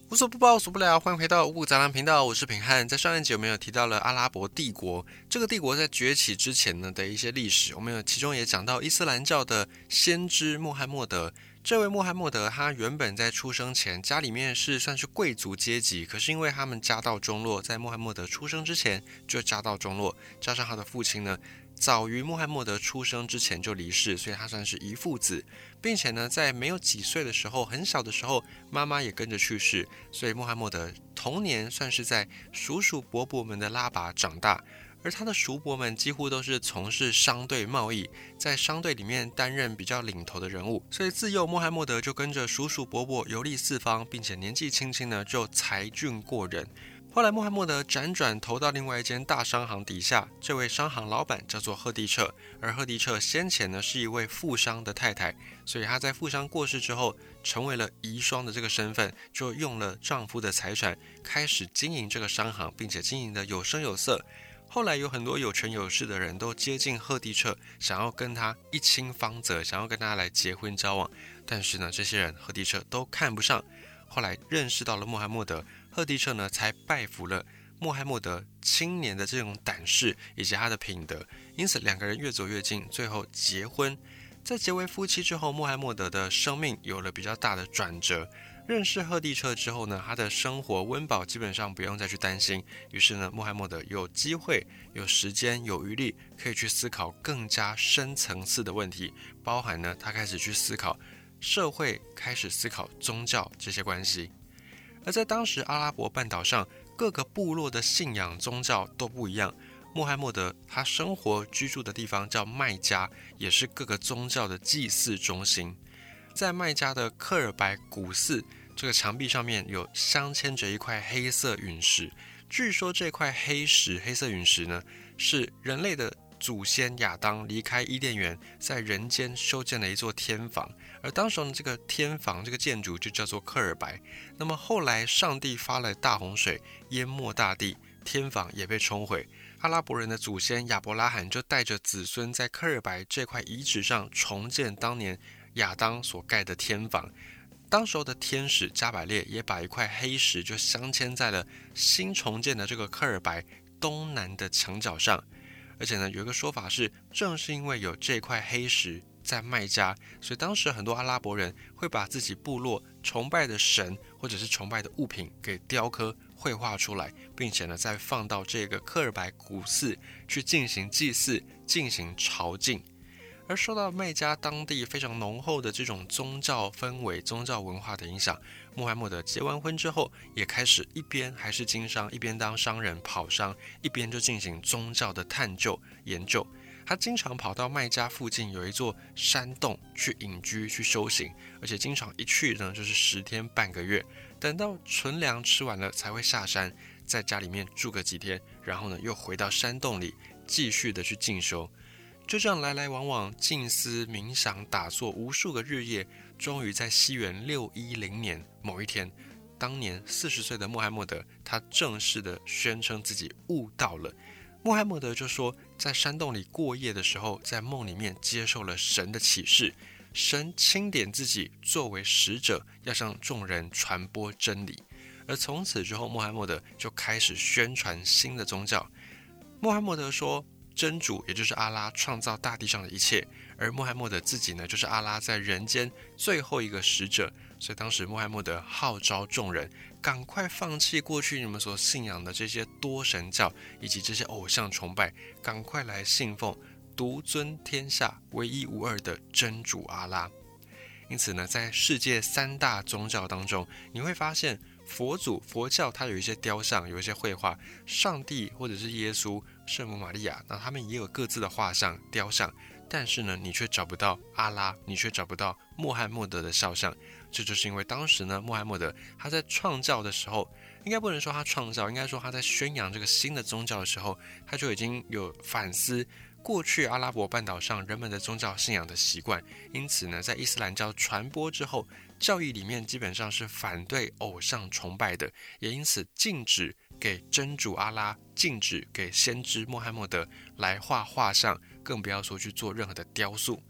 无所不包，无所不聊，欢迎回到五谷杂粮频道，我是品汉。在上一集我们有提到了阿拉伯帝国，这个帝国在崛起之前呢的一些历史，我们其中也讲到伊斯兰教的先知穆罕默德。这位穆罕默德他原本在出生前家里面是算是贵族阶级，可是因为他们家道中落，在穆罕默德出生之前就家道中落，加上他的父亲呢早于穆罕默德出生之前就离世，所以他算是遗腹子，并且呢，在没有几岁的时候，很小的时候，妈妈也跟着去世，所以穆罕默德童年算是在叔叔伯伯们的拉拔长大，而他的叔伯们几乎都是从事商队贸易，在商队里面担任比较领头的人物，所以自幼穆罕默德就跟着叔叔伯伯游历四方，并且年纪轻轻呢就才俊过人。后来穆罕默德辗转投到另外一间大商行底下，这位商行老板叫做赫迪彻，而赫迪彻先前呢是一位富商的太太，所以她在富商过世之后，成为了遗孀的这个身份，就用了丈夫的财产开始经营这个商行，并且经营的有声有色。后来有很多有权有势的人都接近赫迪彻，想要跟他一亲芳泽，想要跟他来结婚交往，但是呢，这些人赫迪彻都看不上。后来认识到了穆罕默德，赫迪彻呢才拜服了穆罕默德青年的这种胆识以及他的品德，因此两个人越走越近，最后结婚。在结为夫妻之后，穆罕默德的生命有了比较大的转折。认识赫迪彻之后呢，他的生活温饱基本上不用再去担心，于是呢，穆罕默德有机会、有时间、有余力，可以去思考更加深层次的问题，包含呢，他开始去思考社会，开始思考宗教这些关系。而在当时阿拉伯半岛上，各个部落的信仰宗教都不一样。穆罕默德他生活居住的地方叫麦加，也是各个宗教的祭祀中心。在麦加的克尔白古寺，这个墙壁上面有镶嵌着一块黑色陨石。据说这块黑色陨石呢，是人类的祖先亚当离开伊甸园，在人间修建了一座天房，而当时呢，这个天房这个建筑就叫做克尔白。那么后来上帝发了大洪水，淹没大地，天房也被冲毁。阿拉伯人的祖先亚伯拉罕就带着子孙在克尔白这块遗址上重建当年亚当所盖的天房。当时候的天使加百列也把一块黑石就镶嵌在了新重建的这个克尔白东南的墙角上。而且呢，有一个说法是，正是因为有这块黑石在麦加，所以当时很多阿拉伯人会把自己部落崇拜的神或者是崇拜的物品给雕刻绘画出来，并且呢再放到这个克尔白古寺去进行祭祀，进行朝觐。而受到麦加当地非常浓厚的这种宗教氛围、宗教文化的影响，穆罕默德结完婚之后，也开始一边还是经商，一边当商人跑商，一边就进行宗教的探究研究。他经常跑到麦加附近有一座山洞去隐居、去修行，而且经常一去呢就是10天半个月，等到存粮吃完了才会下山，在家里面住个几天，然后呢又回到山洞里继续的去进修。就这样来来往往静思冥想打坐无数个日夜，终于在西元610年某一天，当年40岁的穆罕默德他正式的宣称自己悟道了。穆罕默德就说，在山洞里过夜的时候，在梦里面接受了神的启示，神钦点自己作为使者，要向众人传播真理。而从此之后，穆罕默德就开始宣传新的宗教。穆罕默德说，真主也就是阿拉创造大地上的一切，而穆罕默德自己呢，就是阿拉在人间最后一个使者。所以当时穆罕默德号召众人赶快放弃过去你们所信仰的这些多神教以及这些偶像崇拜，赶快来信奉独尊天下唯一无二的真主阿拉。因此呢，在世界3大宗教当中，你会发现佛教它有一些雕像，有一些绘画，上帝或者是耶稣、圣母玛利亚，那他们也有各自的画像、雕像，但是呢，你却找不到阿拉，你却找不到穆罕默德的肖像。这就是因为当时呢，穆罕默德他在创教的时候，应该不能说他创教，应该说他在宣扬这个新的宗教的时候，他就已经有反思过去阿拉伯半岛上人们的宗教信仰的习惯。因此呢，在伊斯兰教传播之后，教义里面基本上是反对偶像崇拜的，也因此禁止给真主阿拉，禁止给先知穆罕默德来画画像，更不要说去做任何的雕塑。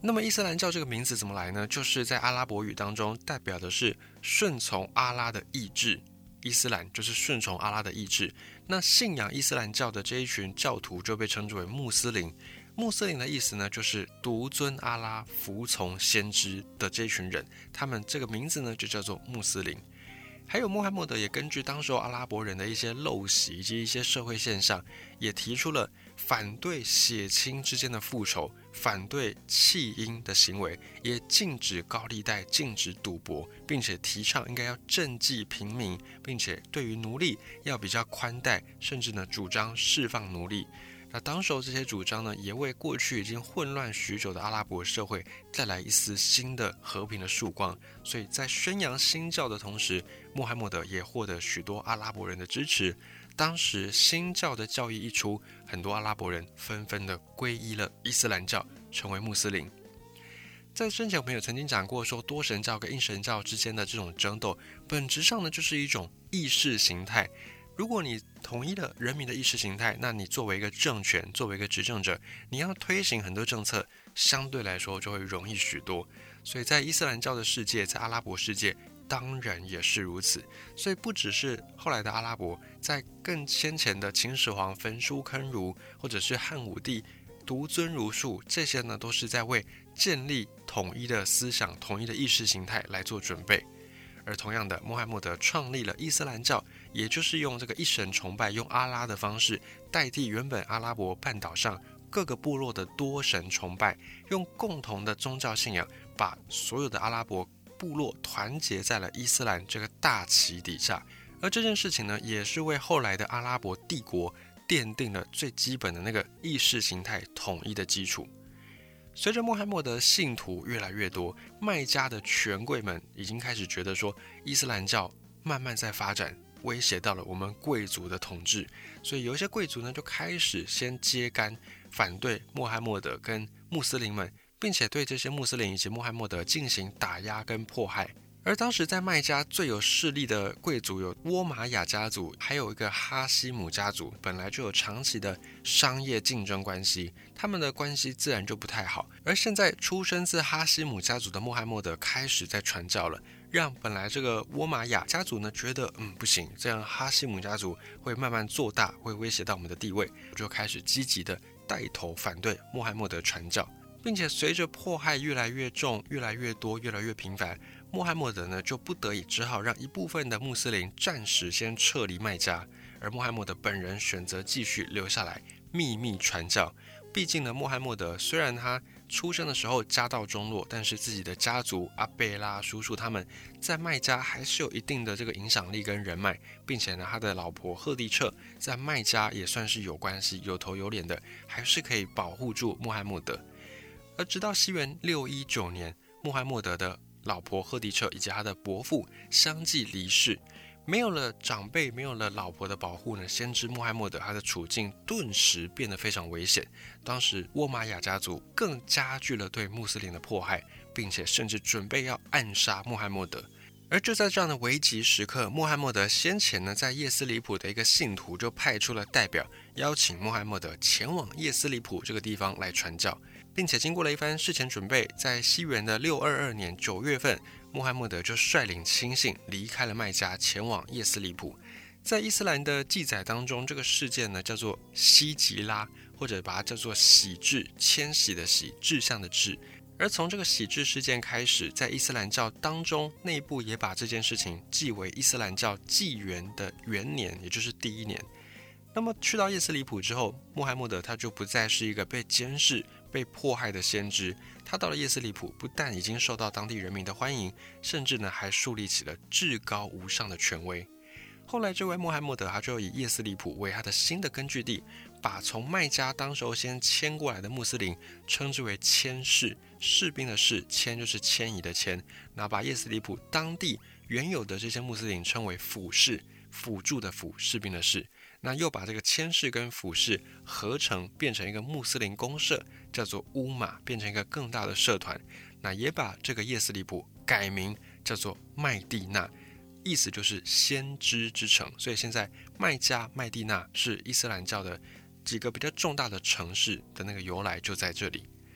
那么伊斯兰教这个名字怎么来呢？就是在阿拉伯语当中代表的是顺从阿拉的意志，伊斯兰就是顺从阿拉的意志。那信仰伊斯兰教的这一群教徒就被称之为穆斯林。穆斯林的意思呢，就是独尊阿拉、服从先知的这一群人，他们这个名字呢就叫做穆斯林。还有穆罕默德也根据当时阿拉伯人的一些陋习以及一些社会现象，也提出了反对血亲之间的复仇，反对弃婴的行为，也禁止高利贷，禁止赌博，并且提倡应该要赈济平民，并且对于奴隶要比较宽待，甚至呢主张释放奴隶。那当时这些主张呢，也为过去已经混乱许久的阿拉伯社会带来一丝新的和平的曙光。所以在宣扬新教的同时，穆罕默德也获得许多阿拉伯人的支持。当时新教的教义一出，很多阿拉伯人纷纷的皈依了伊斯兰教，成为穆斯林。在之前我们有曾经讲过，说多神教跟一神教之间的这种争斗，本质上呢就是一种意识形态。如果你统一了人民的意识形态，那你作为一个政权，作为一个执政者，你要推行很多政策，相对来说就会容易许多。所以在伊斯兰教的世界，在阿拉伯世界当然也是如此。所以不只是后来的阿拉伯，在更先前的秦始皇焚书坑儒，或者是汉武帝独尊儒术，这些呢都是在为建立统一的思想、统一的意识形态来做准备。而同样的，穆罕默德创立了伊斯兰教，也就是用这个一神崇拜，用阿拉的方式代替原本阿拉伯半岛上各个部落的多神崇拜，用共同的宗教信仰把所有的阿拉伯部落团结在了伊斯兰这个大旗底下。而这件事情呢，也是为后来的阿拉伯帝国奠定了最基本的那个意识形态统一的基础。随着穆罕默德信徒越来越多，麦加的权贵们已经开始觉得说，伊斯兰教慢慢在发展，威胁到了我们贵族的统治，所以有一些贵族呢就开始先揭竿，反对穆罕默德跟穆斯林们，并且对这些穆斯林以及穆罕默德进行打压跟迫害。而当时在麦加最有势力的贵族有倭玛雅家族，还有一个哈希姆家族，本来就有长期的商业竞争关系，他们的关系自然就不太好。而现在出生自哈希姆家族的穆罕默德开始在传教了，让本来这个倭玛雅家族呢觉得不行，这样哈希姆家族会慢慢做大，会威胁到我们的地位，就开始积极的带头反对穆罕默德传教，并且随着迫害越来越重、越来越多、越来越频繁，穆罕默德呢就不得已只好让一部分的穆斯林暂时先撤离麦加，而穆罕默德本人选择继续留下来秘密传教。毕竟呢，穆罕默德虽然他出生的时候家道中落，但是自己的家族阿贝拉叔叔他们在麦加还是有一定的这个影响力跟人脉，并且呢，他的老婆赫迪彻在麦加也算是有关系、有头有脸的，还是可以保护住穆罕默德。而直到西元619年，穆罕默德的老婆赫迪彻以及他的伯父相继离世，没有了长辈，没有了老婆的保护呢，先知穆罕默德他的处境顿时变得非常危险。当时倭玛雅家族更加剧了对穆斯林的迫害，并且甚至准备要暗杀穆罕默德。而就在这样的危急时刻，穆罕默德先前呢，在叶斯里普的一个信徒就派出了代表，邀请穆罕默德前往叶斯里普这个地方来传教，并且经过了一番事前准备，在西元的622年9月份，穆罕默德就率领亲信离开了麦加，前往叶斯里普。在伊斯兰的记载当中，这个事件呢叫做西吉拉，或者把它叫做喜志，迁徙的喜，志向的志。而从这个喜志事件开始，在伊斯兰教当中内部也把这件事情记为伊斯兰教纪元的元年，也就是第1年。那么去到叶斯里普之后，穆罕默德他就不再是一个被监视、被迫害的先知。他到了叶斯里普，不但已经受到当地人民的欢迎，甚至呢还树立起了至高无上的权威。后来这位穆罕默德他就以叶斯里普为他的新的根据地，把从麦加当时候先迁过来的穆斯林称之为迁士，士兵的士，迁就是迁移的迁，然后把叶斯里普当地原有的这些穆斯林称为辅士，辅助的辅，士兵的士。那又把这个迁士跟辅士合成，变成一个穆斯林公社，叫做乌马，变成一个更大的社团。那也把这个叶斯里普改名叫做麦地那，意思就是先知之城。所以现在麦加、麦地那是伊斯兰教的几个比较重大的城市的那个由来就在这里。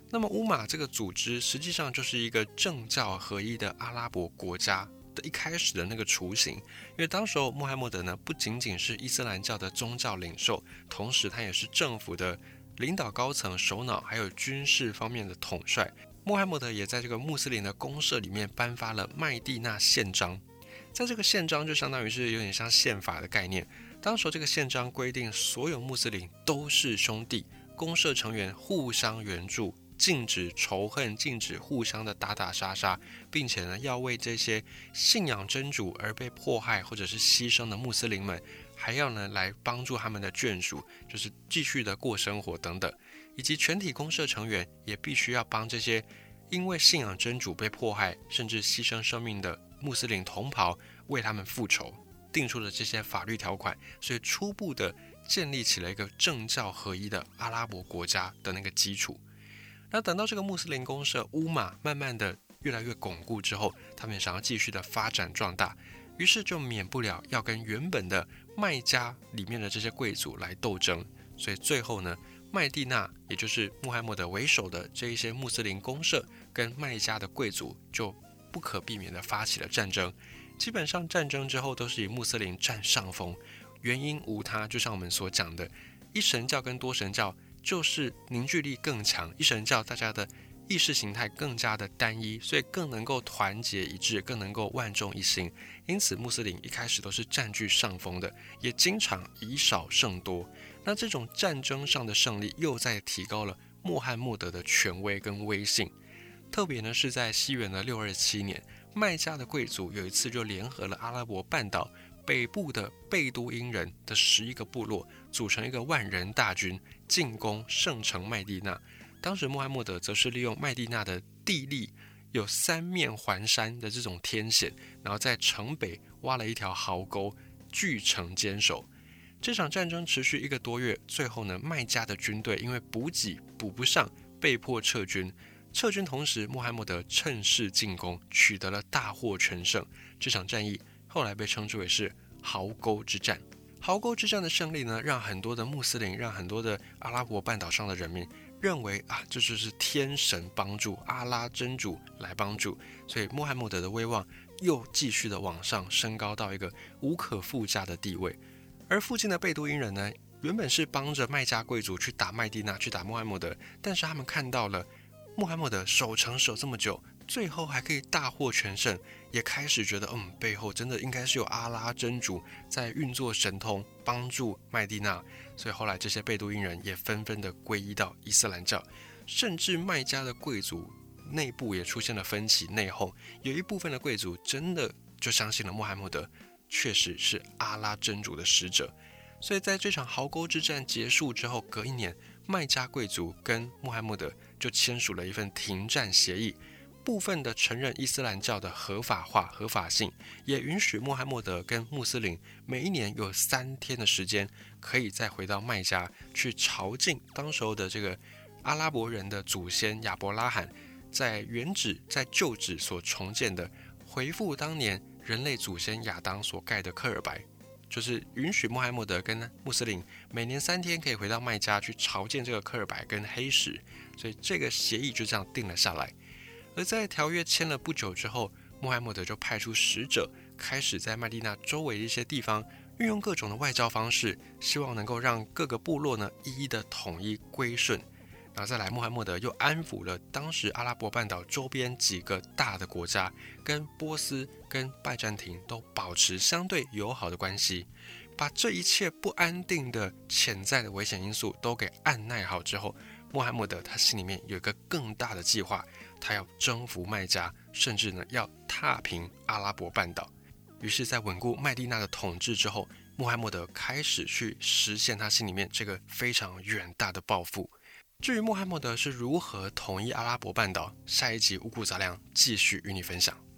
那么乌马这个组织实际上就是一个政教合一的阿拉伯国家的一开始的那个雏形，因为当时候穆罕默德呢不仅仅是伊斯兰教的宗教领袖，同时他也是政府的领导高层首脑，还有军事方面的统帅。穆罕默德也在这个穆斯林的公社里面颁发了麦地那宪章，在这个宪章就相当于是有点像宪法的概念。当时这个宪章规定所有穆斯林都是兄弟，公社成员互相援助，禁止仇恨，禁止互相的打打杀杀，并且呢，要为这些信仰真主而被迫害或者是牺牲的穆斯林们，还要呢来帮助他们的眷属，就是继续的过生活等等，以及全体公社成员也必须要帮这些因为信仰真主被迫害甚至牺牲生命的穆斯林同袍为他们复仇，定出了这些法律条款，所以初步的建立起了一个政教合一的阿拉伯国家的那个基础。那等到这个穆斯林公社乌马慢慢的越来越巩固之后，他们想要继续的发展壮大，于是就免不了要跟原本的麦加里面的这些贵族来斗争。所以最后呢，麦地那也就是穆罕默德为首的这一些穆斯林公社跟麦加的贵族就不可避免的发起了战争。基本上战争之后都是以穆斯林占上风，原因无他，就像我们所讲的，一神教跟多神教就是凝聚力更强，一神教大家的意识形态更加的单一，所以更能够团结一致，更能够万众一心。因此穆斯林一开始都是占据上风的，也经常以少胜多。那这种战争上的胜利又在提高了穆罕默德的权威跟威信。特别呢是在西元的627年，麦加的贵族有一次就联合了阿拉伯半岛北部的贝都因人的11个部落，组成一个万人大军进攻圣城麦地那。当时穆罕默德则是利用麦地那的地利有3面环山的这种天险，然后在城北挖了一条壕沟，据城坚守。这场战争持续1个多月，最后呢，麦加的军队因为补给补不上，被迫撤军。撤军同时，穆罕默德趁势进攻，取得了大获全胜。这场战役后来被称之为是壕沟之战。壕沟之战的胜利呢，让很多的穆斯林，让很多的阿拉伯半岛上的人民认为这就是天神帮助，阿拉真主来帮助，所以穆罕默德的威望又继续的往上升高到一个无可复加的地位。而附近的贝都因人呢，原本是帮着麦加贵族去打麦地那，去打穆罕默德，但是他们看到了穆罕默德守城守这么久，最后还可以大获全胜，也开始觉得背后真的应该是有阿拉真主在运作神通帮助麦地那，所以后来这些贝都因人也纷纷的皈依到伊斯兰教，甚至麦加的贵族内部也出现了分歧内讧，有一部分的贵族真的就相信了穆罕默德确实是阿拉真主的使者。所以在这场壕沟之战结束之后，隔1年，麦加贵族跟穆罕默德就签署了一份停战协议，部分的承认伊斯兰教的合法化、合法性，也允许穆罕默德跟穆斯林每1年有3天的时间，可以再回到麦加去朝觐当时候的这个阿拉伯人的祖先亚伯拉罕在原址、在旧址所重建的，回复当年人类祖先亚当所盖的科尔白，就是允许穆罕默德跟穆斯林每年3天可以回到麦加去朝见这个科尔白跟黑石，所以这个协议就这样定了下来。而在条约签了不久之后，穆罕默德就派出使者，开始在麦地那周围的一些地方运用各种的外交方式，希望能够让各个部落呢一一的统一归顺。然后再来，穆罕默德又安抚了当时阿拉伯半岛周边几个大的国家，跟波斯跟拜占庭都保持相对友好的关系，把这一切不安定的潜在的危险因素都给按捺好之后，穆罕默德他心里面有一个更大的计划，他要征服麦加，甚至呢要踏平阿拉伯半岛。于是在稳固麦地那的统治之后，穆罕默德开始去实现他心里面这个非常远大的抱负。至于穆罕默德是如何统一阿拉伯半岛，下一集五谷杂粮继续与你分享。